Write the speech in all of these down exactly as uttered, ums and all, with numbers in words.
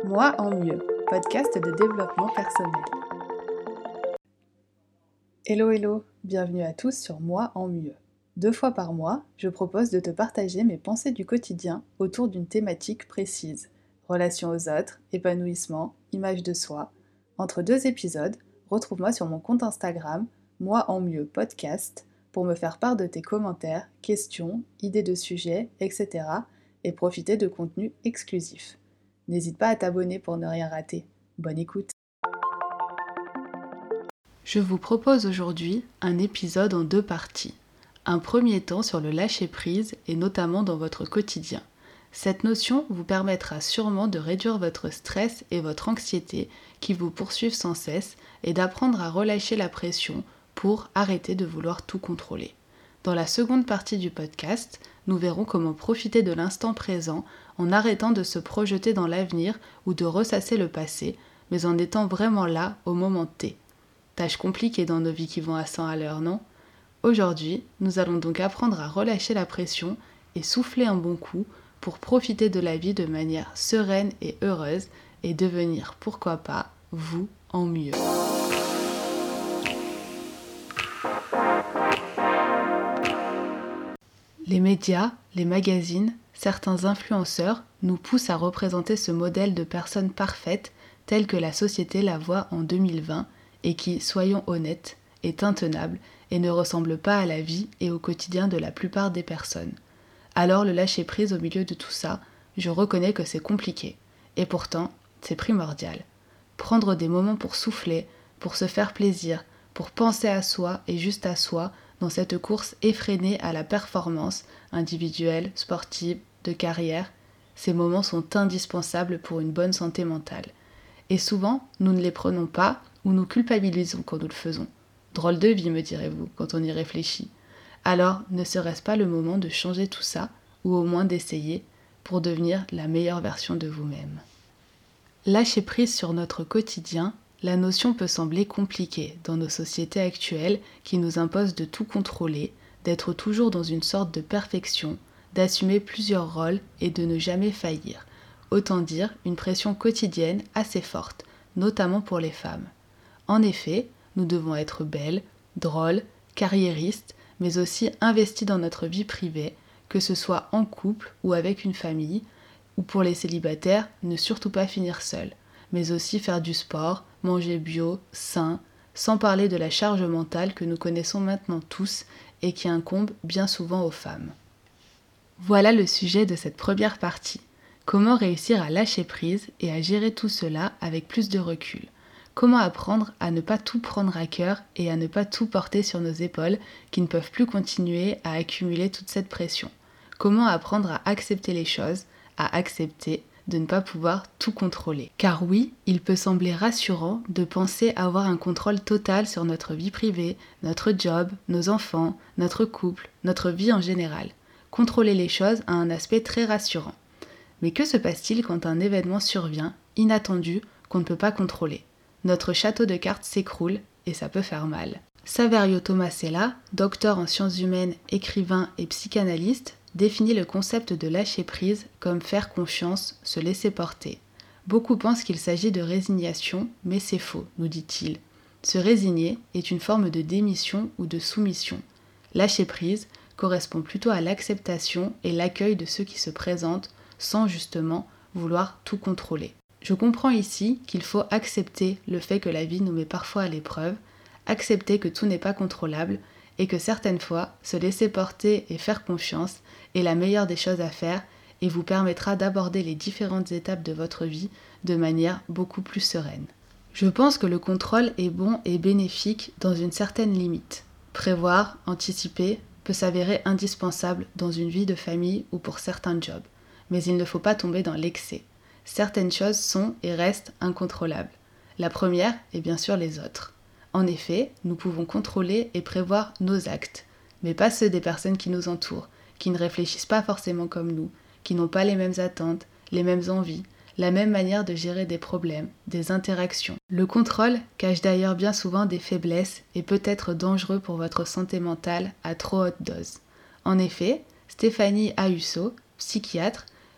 Moi en mieux, podcast de développement personnel. Hello hello, bienvenue à tous sur Moi en mieux. Deux fois par mois, je propose de te partager mes pensées du quotidien autour d'une thématique précise. Relation aux autres, épanouissement, image de soi. Entre deux épisodes, retrouve-moi sur mon compte Instagram, Moi en mieux podcast, pour me faire part de tes commentaires, questions, idées de sujets, et cetera et profiter de contenus exclusifs. N'hésite pas à t'abonner pour ne rien rater. Bonne écoute. Je vous propose aujourd'hui un épisode en deux parties. Un premier temps sur le lâcher-prise et notamment dans votre quotidien. Cette notion vous permettra sûrement de réduire votre stress et votre anxiété qui vous poursuivent sans cesse et d'apprendre à relâcher la pression pour arrêter de vouloir tout contrôler. Dans la seconde partie du podcast, nous verrons comment profiter de l'instant présent en arrêtant de se projeter dans l'avenir ou de ressasser le passé, mais en étant vraiment là au moment T. Tâche compliquée dans nos vies qui vont à cent à l'heure, non ? Aujourd'hui, nous allons donc apprendre à relâcher la pression et souffler un bon coup pour profiter de la vie de manière sereine et heureuse et devenir, pourquoi pas, vous en mieux. Les médias, les magazines, certains influenceurs nous poussent à représenter ce modèle de personne parfaite tel que la société la voit en deux mille vingt et qui, soyons honnêtes, est intenable et ne ressemble pas à la vie et au quotidien de la plupart des personnes. Alors le lâcher-prise au milieu de tout ça, je reconnais que c'est compliqué. Et pourtant, c'est primordial. Prendre des moments pour souffler, pour se faire plaisir, pour penser à soi et juste à soi dans cette course effrénée à la performance individuelle, sportive, de carrière, ces moments sont indispensables pour une bonne santé mentale. Et souvent, nous ne les prenons pas ou nous culpabilisons quand nous le faisons. Drôle de vie, me direz-vous, quand on y réfléchit. Alors, ne serait-ce pas le moment de changer tout ça, ou au moins d'essayer, pour devenir la meilleure version de vous-même ? Lâcher prise sur notre quotidien, la notion peut sembler compliquée dans nos sociétés actuelles qui nous imposent de tout contrôler, d'être toujours dans une sorte de perfection, d'assumer plusieurs rôles et de ne jamais faillir. Autant dire une pression quotidienne assez forte, notamment pour les femmes. En effet, nous devons être belles, drôles, carriéristes, mais aussi investies dans notre vie privée, que ce soit en couple ou avec une famille, ou pour les célibataires, ne surtout pas finir seuls, mais aussi faire du sport, manger bio, sain, sans parler de la charge mentale que nous connaissons maintenant tous et qui incombe bien souvent aux femmes. Voilà le sujet de cette première partie. Comment réussir à lâcher prise et à gérer tout cela avec plus de recul ? Comment apprendre à ne pas tout prendre à cœur et à ne pas tout porter sur nos épaules qui ne peuvent plus continuer à accumuler toute cette pression ? Comment apprendre à accepter les choses, à accepter de ne pas pouvoir tout contrôler ? Car oui, il peut sembler rassurant de penser avoir un contrôle total sur notre vie privée, notre job, nos enfants, notre couple, notre vie en général. Contrôler les choses a un aspect très rassurant. Mais que se passe-t-il quand un événement survient, inattendu, qu'on ne peut pas contrôler ? Notre château de cartes s'écroule et ça peut faire mal. Saverio Tomasella, docteur en sciences humaines, écrivain et psychanalyste, définit le concept de lâcher prise comme faire confiance, se laisser porter. Beaucoup pensent qu'il s'agit de résignation, mais c'est faux, nous dit-il. Se résigner est une forme de démission ou de soumission. Lâcher prise correspond plutôt à l'acceptation et l'accueil de ceux qui se présentent sans justement vouloir tout contrôler. Je comprends ici qu'il faut accepter le fait que la vie nous met parfois à l'épreuve, accepter que tout n'est pas contrôlable et que certaines fois, se laisser porter et faire confiance est la meilleure des choses à faire et vous permettra d'aborder les différentes étapes de votre vie de manière beaucoup plus sereine. Je pense que le contrôle est bon et bénéfique dans une certaine limite. Prévoir, anticiper peut s'avérer indispensable dans une vie de famille ou pour certains jobs, mais il ne faut pas tomber dans l'excès. Certaines choses sont et restent incontrôlables. La première est bien sûr les autres. En effet, nous pouvons contrôler et prévoir nos actes, mais pas ceux des personnes qui nous entourent, qui ne réfléchissent pas forcément comme nous, qui n'ont pas les mêmes attentes, les mêmes envies, la même manière de gérer des problèmes, des interactions. Le contrôle cache d'ailleurs bien souvent des faiblesses et peut être dangereux pour votre santé mentale à trop haute dose. En effet, Stéphanie Ahusso, psychiatre,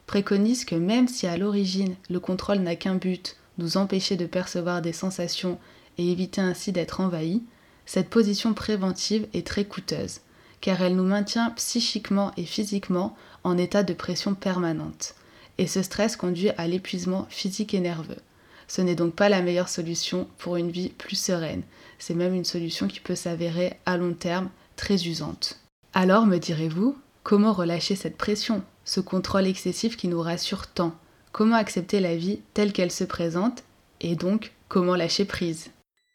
préconise que même si à l'origine le contrôle n'a qu'un but, nous empêcher de percevoir des sensations et éviter ainsi d'être envahis, cette position préventive est très coûteuse, car elle nous maintient psychiquement et physiquement en état de pression permanente. Et ce stress conduit à l'épuisement physique et nerveux. Ce n'est donc pas la meilleure solution pour une vie plus sereine. C'est même une solution qui peut s'avérer à long terme très usante. Alors, me direz-vous, comment relâcher cette pression, ce contrôle excessif qui nous rassure tant? Comment accepter la vie telle qu'elle se présente et donc comment lâcher prise?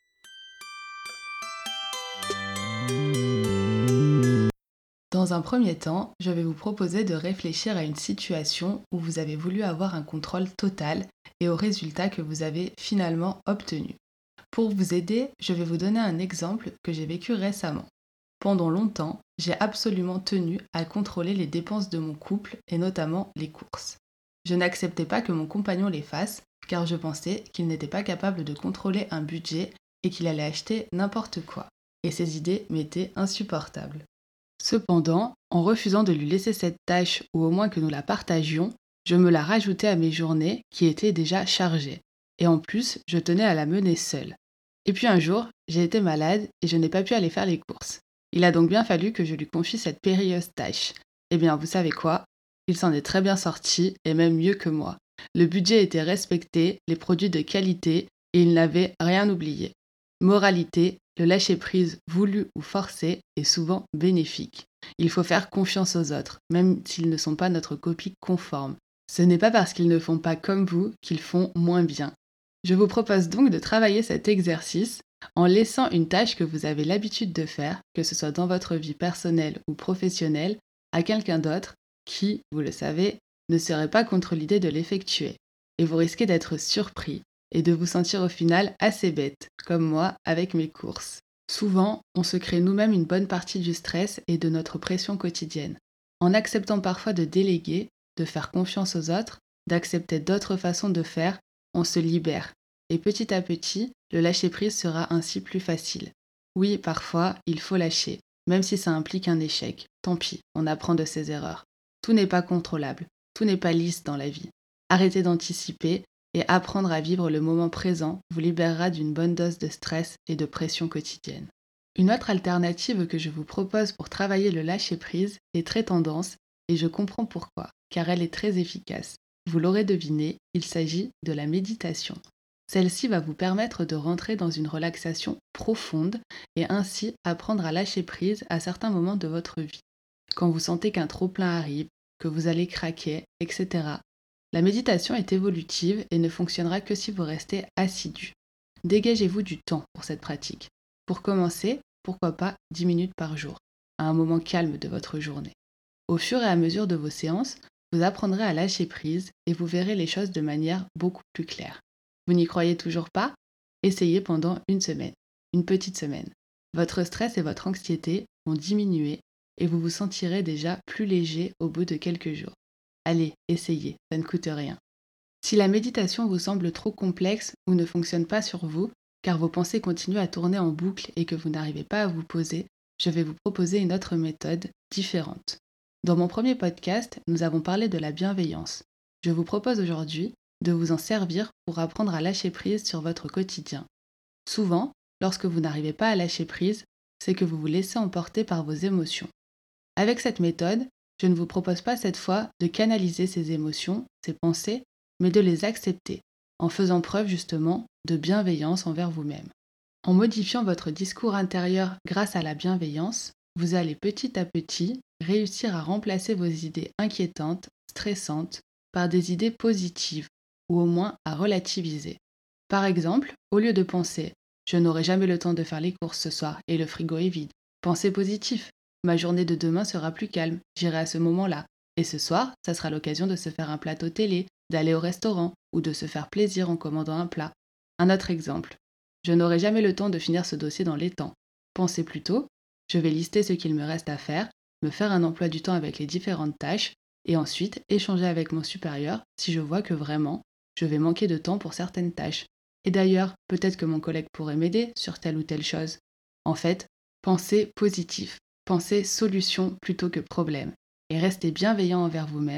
Dans un premier temps, je vais vous proposer de réfléchir à une situation où vous avez voulu avoir un contrôle total et au résultat que vous avez finalement obtenu. Pour vous aider, je vais vous donner un exemple que j'ai vécu récemment. Pendant longtemps, j'ai absolument tenu à contrôler les dépenses de mon couple et notamment les courses. Je n'acceptais pas que mon compagnon les fasse car je pensais qu'il n'était pas capable de contrôler un budget et qu'il allait acheter n'importe quoi. Et ces idées m'étaient insupportables. Cependant, en refusant de lui laisser cette tâche ou au moins que nous la partagions, je me la rajoutais à mes journées qui étaient déjà chargées. Et en plus, je tenais à la mener seule. Et puis un jour, j'ai été malade et je n'ai pas pu aller faire les courses. Il a donc bien fallu que je lui confie cette périlleuse tâche. Eh bien, vous savez quoi? Il s'en est très bien sorti et même mieux que moi. Le budget était respecté, les produits de qualité et il n'avait rien oublié. Moralité, le lâcher-prise voulu ou forcé est souvent bénéfique. Il faut faire confiance aux autres, même s'ils ne sont pas notre copie conforme. Ce n'est pas parce qu'ils ne font pas comme vous qu'ils font moins bien. Je vous propose donc de travailler cet exercice en laissant une tâche que vous avez l'habitude de faire, que ce soit dans votre vie personnelle ou professionnelle, à quelqu'un d'autre qui, vous le savez, ne serait pas contre l'idée de l'effectuer. Et vous risquez d'être surpris et de vous sentir au final assez bête, comme moi avec mes courses. Souvent, on se crée nous-mêmes une bonne partie du stress et de notre pression quotidienne. En acceptant parfois de déléguer, de faire confiance aux autres, d'accepter d'autres façons de faire, on se libère. Et petit à petit, le lâcher-prise sera ainsi plus facile. Oui, parfois, il faut lâcher, même si ça implique un échec. Tant pis, on apprend de ses erreurs. Tout n'est pas contrôlable, tout n'est pas lisse dans la vie. Arrêtez d'anticiper et apprendre à vivre le moment présent vous libérera d'une bonne dose de stress et de pression quotidienne. Une autre alternative que je vous propose pour travailler le lâcher-prise est très tendance et je comprends pourquoi, car elle est très efficace. Vous l'aurez deviné, il s'agit de la méditation. Celle-ci va vous permettre de rentrer dans une relaxation profonde et ainsi apprendre à lâcher prise à certains moments de votre vie. Quand vous sentez qu'un trop-plein arrive, que vous allez craquer, et cetera. La méditation est évolutive et ne fonctionnera que si vous restez assidu. Dégagez-vous du temps pour cette pratique. Pour commencer, pourquoi pas dix minutes par jour, à un moment calme de votre journée. Au fur et à mesure de vos séances, vous apprendrez à lâcher prise et vous verrez les choses de manière beaucoup plus claire. Vous n'y croyez toujours pas? Essayez pendant une semaine, une petite semaine. Votre stress et votre anxiété vont diminuer et vous vous sentirez déjà plus léger au bout de quelques jours. Allez, essayez, ça ne coûte rien. Si la méditation vous semble trop complexe ou ne fonctionne pas sur vous, car vos pensées continuent à tourner en boucle et que vous n'arrivez pas à vous poser, je vais vous proposer une autre méthode différente. Dans mon premier podcast, nous avons parlé de la bienveillance. Je vous propose aujourd'hui de vous en servir pour apprendre à lâcher prise sur votre quotidien. Souvent, lorsque vous n'arrivez pas à lâcher prise, c'est que vous vous laissez emporter par vos émotions. Avec cette méthode, je ne vous propose pas cette fois de canaliser ces émotions, ces pensées, mais de les accepter, en faisant preuve justement de bienveillance envers vous-même. En modifiant votre discours intérieur grâce à la bienveillance, vous allez petit à petit réussir à remplacer vos idées inquiétantes, stressantes, par des idées positives, ou au moins à relativiser. Par exemple, au lieu de penser « je n'aurai jamais le temps de faire les courses ce soir et le frigo est vide », pensez positif. Ma journée de demain sera plus calme, j'irai à ce moment-là. Et ce soir, ça sera l'occasion de se faire un plateau télé, d'aller au restaurant ou de se faire plaisir en commandant un plat. Un autre exemple. Je n'aurai jamais le temps de finir ce dossier dans les temps. Pensez plutôt, je vais lister ce qu'il me reste à faire, me faire un emploi du temps avec les différentes tâches et ensuite échanger avec mon supérieur si je vois que vraiment, je vais manquer de temps pour certaines tâches. Et d'ailleurs, peut-être que mon collègue pourrait m'aider sur telle ou telle chose. En fait, pensez positif. Pensez solution plutôt que problème et restez bienveillant envers vous-même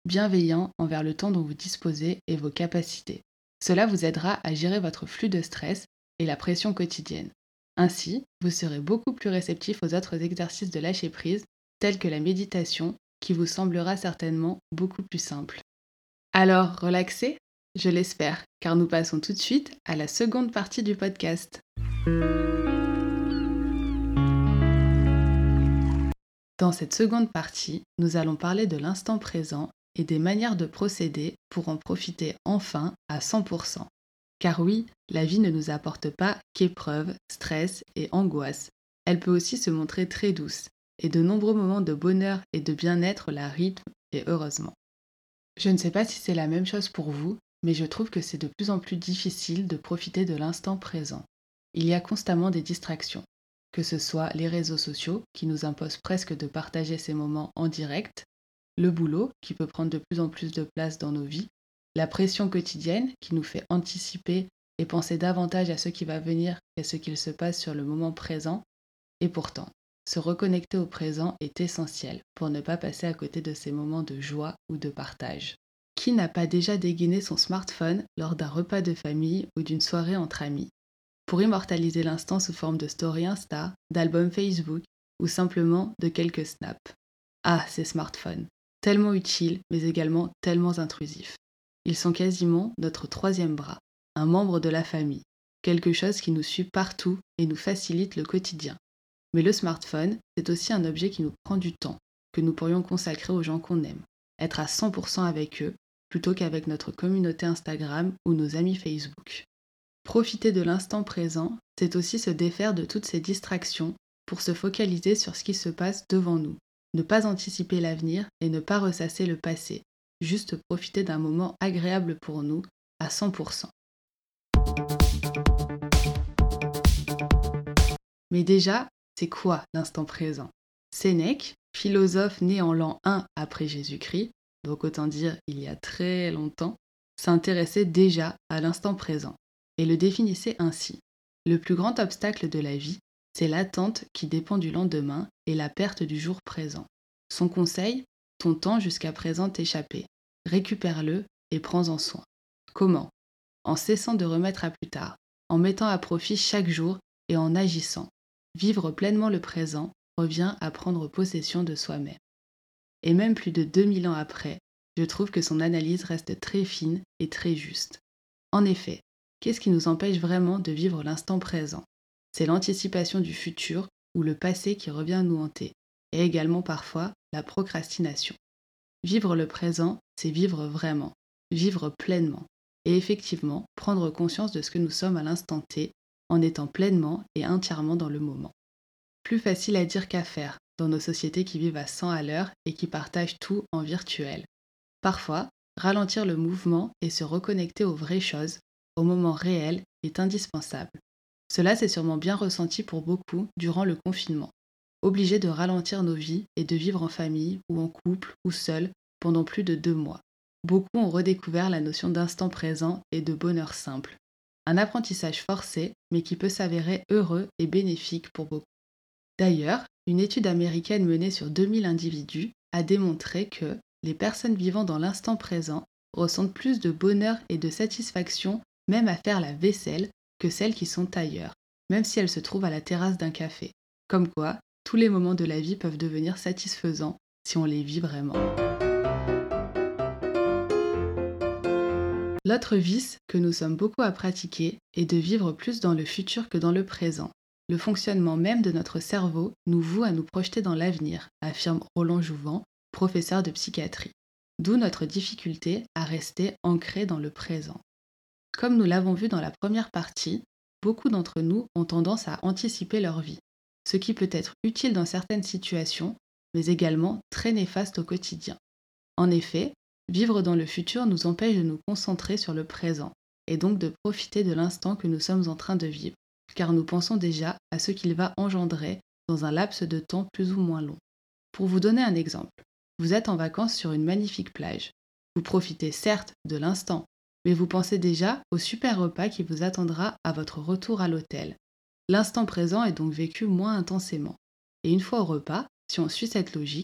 bienveillant envers le temps dont vous disposez et vos capacités. Cela vous aidera à gérer votre flux de stress et la pression quotidienne. Ainsi, vous serez beaucoup plus réceptif aux autres exercices de lâcher prise, tels que la méditation, qui vous semblera certainement beaucoup plus simple. Alors, relaxé ? Je l'espère, car nous passons tout de suite à la seconde partie du podcast. Dans cette seconde partie, nous allons parler de l'instant présent et des manières de procéder pour en profiter enfin à cent pour cent. Car oui, la vie ne nous apporte pas qu'épreuves, stress et angoisse. Elle peut aussi se montrer très douce, et de nombreux moments de bonheur et de bien-être la rythment, et heureusement. Je ne sais pas si c'est la même chose pour vous, mais je trouve que c'est de plus en plus difficile de profiter de l'instant présent. Il y a constamment des distractions, que ce soit les réseaux sociaux qui nous imposent presque de partager ces moments en direct, le boulot qui peut prendre de plus en plus de place dans nos vies, la pression quotidienne qui nous fait anticiper et penser davantage à ce qui va venir qu'à ce qu'il se passe sur le moment présent, et pourtant, se reconnecter au présent est essentiel pour ne pas passer à côté de ces moments de joie ou de partage. Qui n'a pas déjà dégainé son smartphone lors d'un repas de famille ou d'une soirée entre amis, pour immortaliser l'instant sous forme de story Insta, d'album Facebook ou simplement de quelques snaps? Ah, ces smartphones, tellement utiles mais également tellement intrusifs. Ils sont quasiment notre troisième bras, un membre de la famille, quelque chose qui nous suit partout et nous facilite le quotidien. Mais le smartphone, c'est aussi un objet qui nous prend du temps, que nous pourrions consacrer aux gens qu'on aime, être à cent pour cent avec eux, plutôt qu'avec notre communauté Instagram ou nos amis Facebook. Profiter de l'instant présent, c'est aussi se défaire de toutes ces distractions pour se focaliser sur ce qui se passe devant nous, ne pas anticiper l'avenir et ne pas ressasser le passé, juste profiter d'un moment agréable pour nous à cent pour cent. Mais déjà, c'est quoi l'instant présent ? Sénèque, philosophe né en l'an un après Jésus-Christ, donc autant dire il y a très longtemps, s'intéressait déjà à l'instant présent et le définissait ainsi. Le plus grand obstacle de la vie, c'est l'attente qui dépend du lendemain et la perte du jour présent. Son conseil, ton temps jusqu'à présent t'échappait. Récupère-le et prends-en soin. Comment ? En cessant de remettre à plus tard, en mettant à profit chaque jour et en agissant. Vivre pleinement le présent revient à prendre possession de soi-même. Et même plus de deux mille ans après, je trouve que son analyse reste très fine et très juste. En effet, qu'est-ce qui nous empêche vraiment de vivre l'instant présent ? C'est l'anticipation du futur ou le passé qui revient nous hanter, et également parfois la procrastination. Vivre le présent, c'est vivre vraiment, vivre pleinement, et effectivement prendre conscience de ce que nous sommes à l'instant T, en étant pleinement et entièrement dans le moment. Plus facile à dire qu'à faire, dans nos sociétés qui vivent à cent à l'heure et qui partagent tout en virtuel. Parfois, ralentir le mouvement et se reconnecter aux vraies choses, au moment réel, est indispensable. Cela s'est sûrement bien ressenti pour beaucoup durant le confinement. Obligés de ralentir nos vies et de vivre en famille ou en couple ou seul pendant plus de deux mois. Beaucoup ont redécouvert la notion d'instant présent et de bonheur simple. Un apprentissage forcé, mais qui peut s'avérer heureux et bénéfique pour beaucoup. D'ailleurs, une étude américaine menée sur deux mille individus a démontré que les personnes vivant dans l'instant présent ressentent plus de bonheur et de satisfaction même à faire la vaisselle que celles qui sont ailleurs, même si elles se trouvent à la terrasse d'un café. Comme quoi, tous les moments de la vie peuvent devenir satisfaisants si on les vit vraiment. L'autre vice que nous sommes beaucoup à pratiquer est de vivre plus dans le futur que dans le présent. Le fonctionnement même de notre cerveau nous voue à nous projeter dans l'avenir, affirme Roland Jouvin, professeur de psychiatrie. D'où notre difficulté à rester ancrés dans le présent. Comme nous l'avons vu dans la première partie, beaucoup d'entre nous ont tendance à anticiper leur vie, ce qui peut être utile dans certaines situations, mais également très néfaste au quotidien. En effet, vivre dans le futur nous empêche de nous concentrer sur le présent, et donc de profiter de l'instant que nous sommes en train de vivre, car nous pensons déjà à ce qu'il va engendrer dans un laps de temps plus ou moins long. Pour vous donner un exemple, vous êtes en vacances sur une magnifique plage. Vous profitez certes de l'instant, mais vous pensez déjà au super repas qui vous attendra à votre retour à l'hôtel. L'instant présent est donc vécu moins intensément. Et une fois au repas, si on suit cette logique,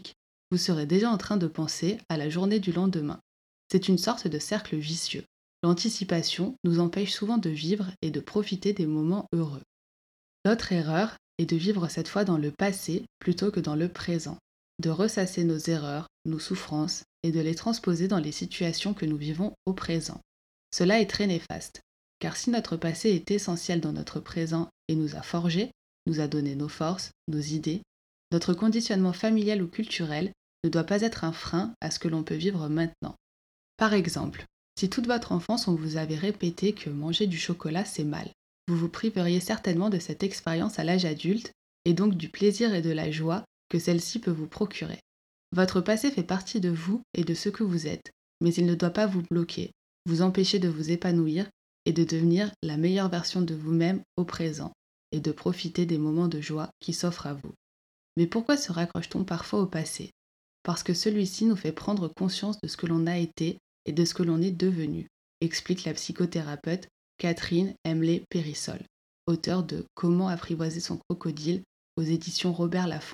vous serez déjà en train de penser à la journée du lendemain. C'est une sorte de cercle vicieux. L'anticipation nous empêche souvent de vivre et de profiter des moments heureux. L'autre erreur est de vivre cette fois dans le passé plutôt que dans le présent, de ressasser nos erreurs, nos souffrances et de les transposer dans les situations que nous vivons au présent. Cela est très néfaste, car si notre passé est essentiel dans notre présent et nous a forgés, nous a donné nos forces, nos idées, notre conditionnement familial ou culturel ne doit pas être un frein à ce que l'on peut vivre maintenant. Par exemple, si toute votre enfance on vous avait répété que manger du chocolat c'est mal, vous vous priveriez certainement de cette expérience à l'âge adulte et donc du plaisir et de la joie que celle-ci peut vous procurer. Votre passé fait partie de vous et de ce que vous êtes, mais il ne doit pas vous bloquer, vous empêcher de vous épanouir et de devenir la meilleure version de vous-même au présent et de profiter des moments de joie qui s'offrent à vous. Mais pourquoi se raccroche-t-on parfois au passé ? Parce que celui-ci nous fait prendre conscience de ce que l'on a été et de ce que l'on est devenu, explique la psychothérapeute Catherine Emley Périssol, auteure de Comment apprivoiser son crocodile aux éditions Robert Laffont.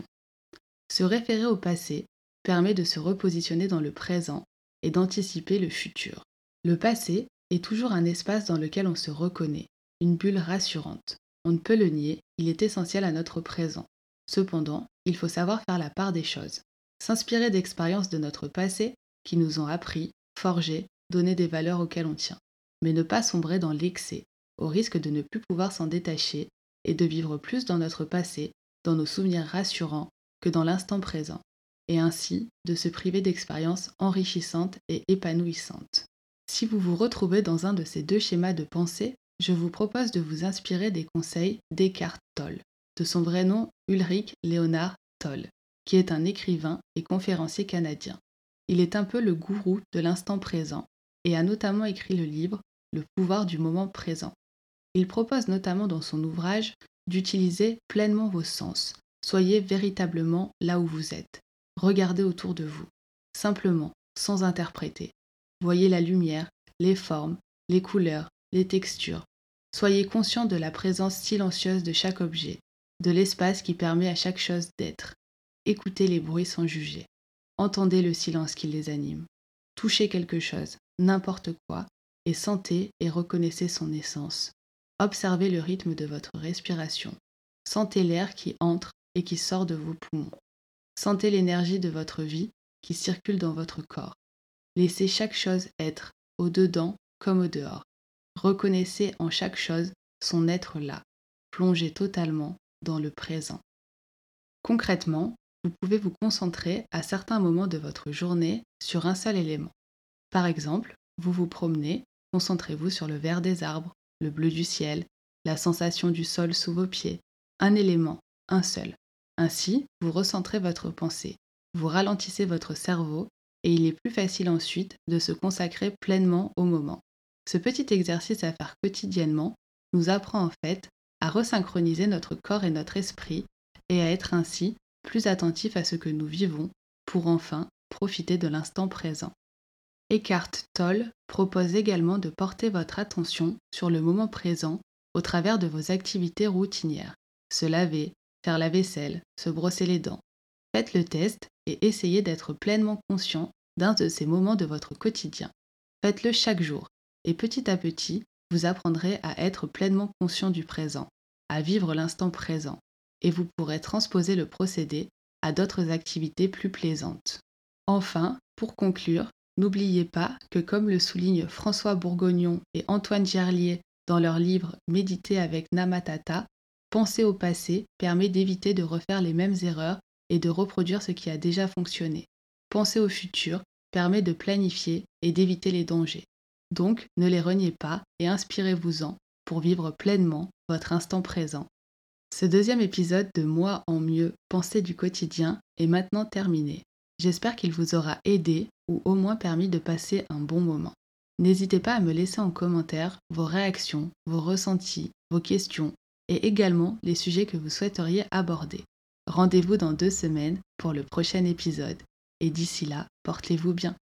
Se référer au passé permet de se repositionner dans le présent et d'anticiper le futur. Le passé est toujours un espace dans lequel on se reconnaît, une bulle rassurante. On ne peut le nier, il est essentiel à notre présent. Cependant, il faut savoir faire la part des choses. S'inspirer d'expériences de notre passé qui nous ont appris, forgé, donné des valeurs auxquelles on tient. Mais ne pas sombrer dans l'excès, au risque de ne plus pouvoir s'en détacher et de vivre plus dans notre passé, dans nos souvenirs rassurants, que dans l'instant présent, et ainsi de se priver d'expériences enrichissantes et épanouissantes. Si vous vous retrouvez dans un de ces deux schémas de pensée, je vous propose de vous inspirer des conseils d'Eckhart Tolle, de son vrai nom Ulrich Leonard Tolle, qui est un écrivain et conférencier canadien. Il est un peu le gourou de l'instant présent et a notamment écrit le livre Le pouvoir du moment présent. Il propose notamment dans son ouvrage d'utiliser pleinement vos sens. Soyez véritablement là où vous êtes. Regardez autour de vous, simplement, sans interpréter. Voyez la lumière, les formes, les couleurs, les textures. Soyez conscient de la présence silencieuse de chaque objet, de l'espace qui permet à chaque chose d'être. Écoutez les bruits sans juger. Entendez le silence qui les anime. Touchez quelque chose, n'importe quoi, et sentez et reconnaissez son essence. Observez le rythme de votre respiration. Sentez l'air qui entre et qui sort de vos poumons. Sentez l'énergie de votre vie qui circule dans votre corps. Laissez chaque chose être, au dedans comme au dehors. Reconnaissez en chaque chose son être là. Plongez totalement dans le présent. Concrètement, vous pouvez vous concentrer à certains moments de votre journée sur un seul élément. Par exemple, vous vous promenez, concentrez-vous sur le vert des arbres, le bleu du ciel, la sensation du sol sous vos pieds, un élément, un seul. Ainsi, vous recentrez votre pensée, vous ralentissez votre cerveau et il est plus facile ensuite de se consacrer pleinement au moment. Ce petit exercice à faire quotidiennement nous apprend en fait à resynchroniser notre corps et notre esprit et à être ainsi plus attentifs à ce que nous vivons pour enfin profiter de l'instant présent. Eckhart Tolle propose également de porter votre attention sur le moment présent au travers de vos activités routinières. Se laver, faire la vaisselle, se brosser les dents. Faites le test et essayez d'être pleinement conscient d'un de ces moments de votre quotidien. Faites-le chaque jour et petit à petit, vous apprendrez à être pleinement conscient du présent, à vivre l'instant présent et vous pourrez transposer le procédé à d'autres activités plus plaisantes. Enfin, pour conclure, n'oubliez pas que comme le soulignent François Bourgognon et Antoine Gerlier dans leur livre Méditer avec Namatata, penser au passé permet d'éviter de refaire les mêmes erreurs et de reproduire ce qui a déjà fonctionné. Penser au futur permet de planifier et d'éviter les dangers. Donc, ne les reniez pas et inspirez-vous-en pour vivre pleinement votre instant présent. Ce deuxième épisode de Moi en mieux, pensée du quotidien est maintenant terminé. J'espère qu'il vous aura aidé ou au moins permis de passer un bon moment. N'hésitez pas à me laisser en commentaire vos réactions, vos ressentis, vos questions et également les sujets que vous souhaiteriez aborder. Rendez-vous dans deux semaines pour le prochain épisode. Et d'ici là, portez-vous bien.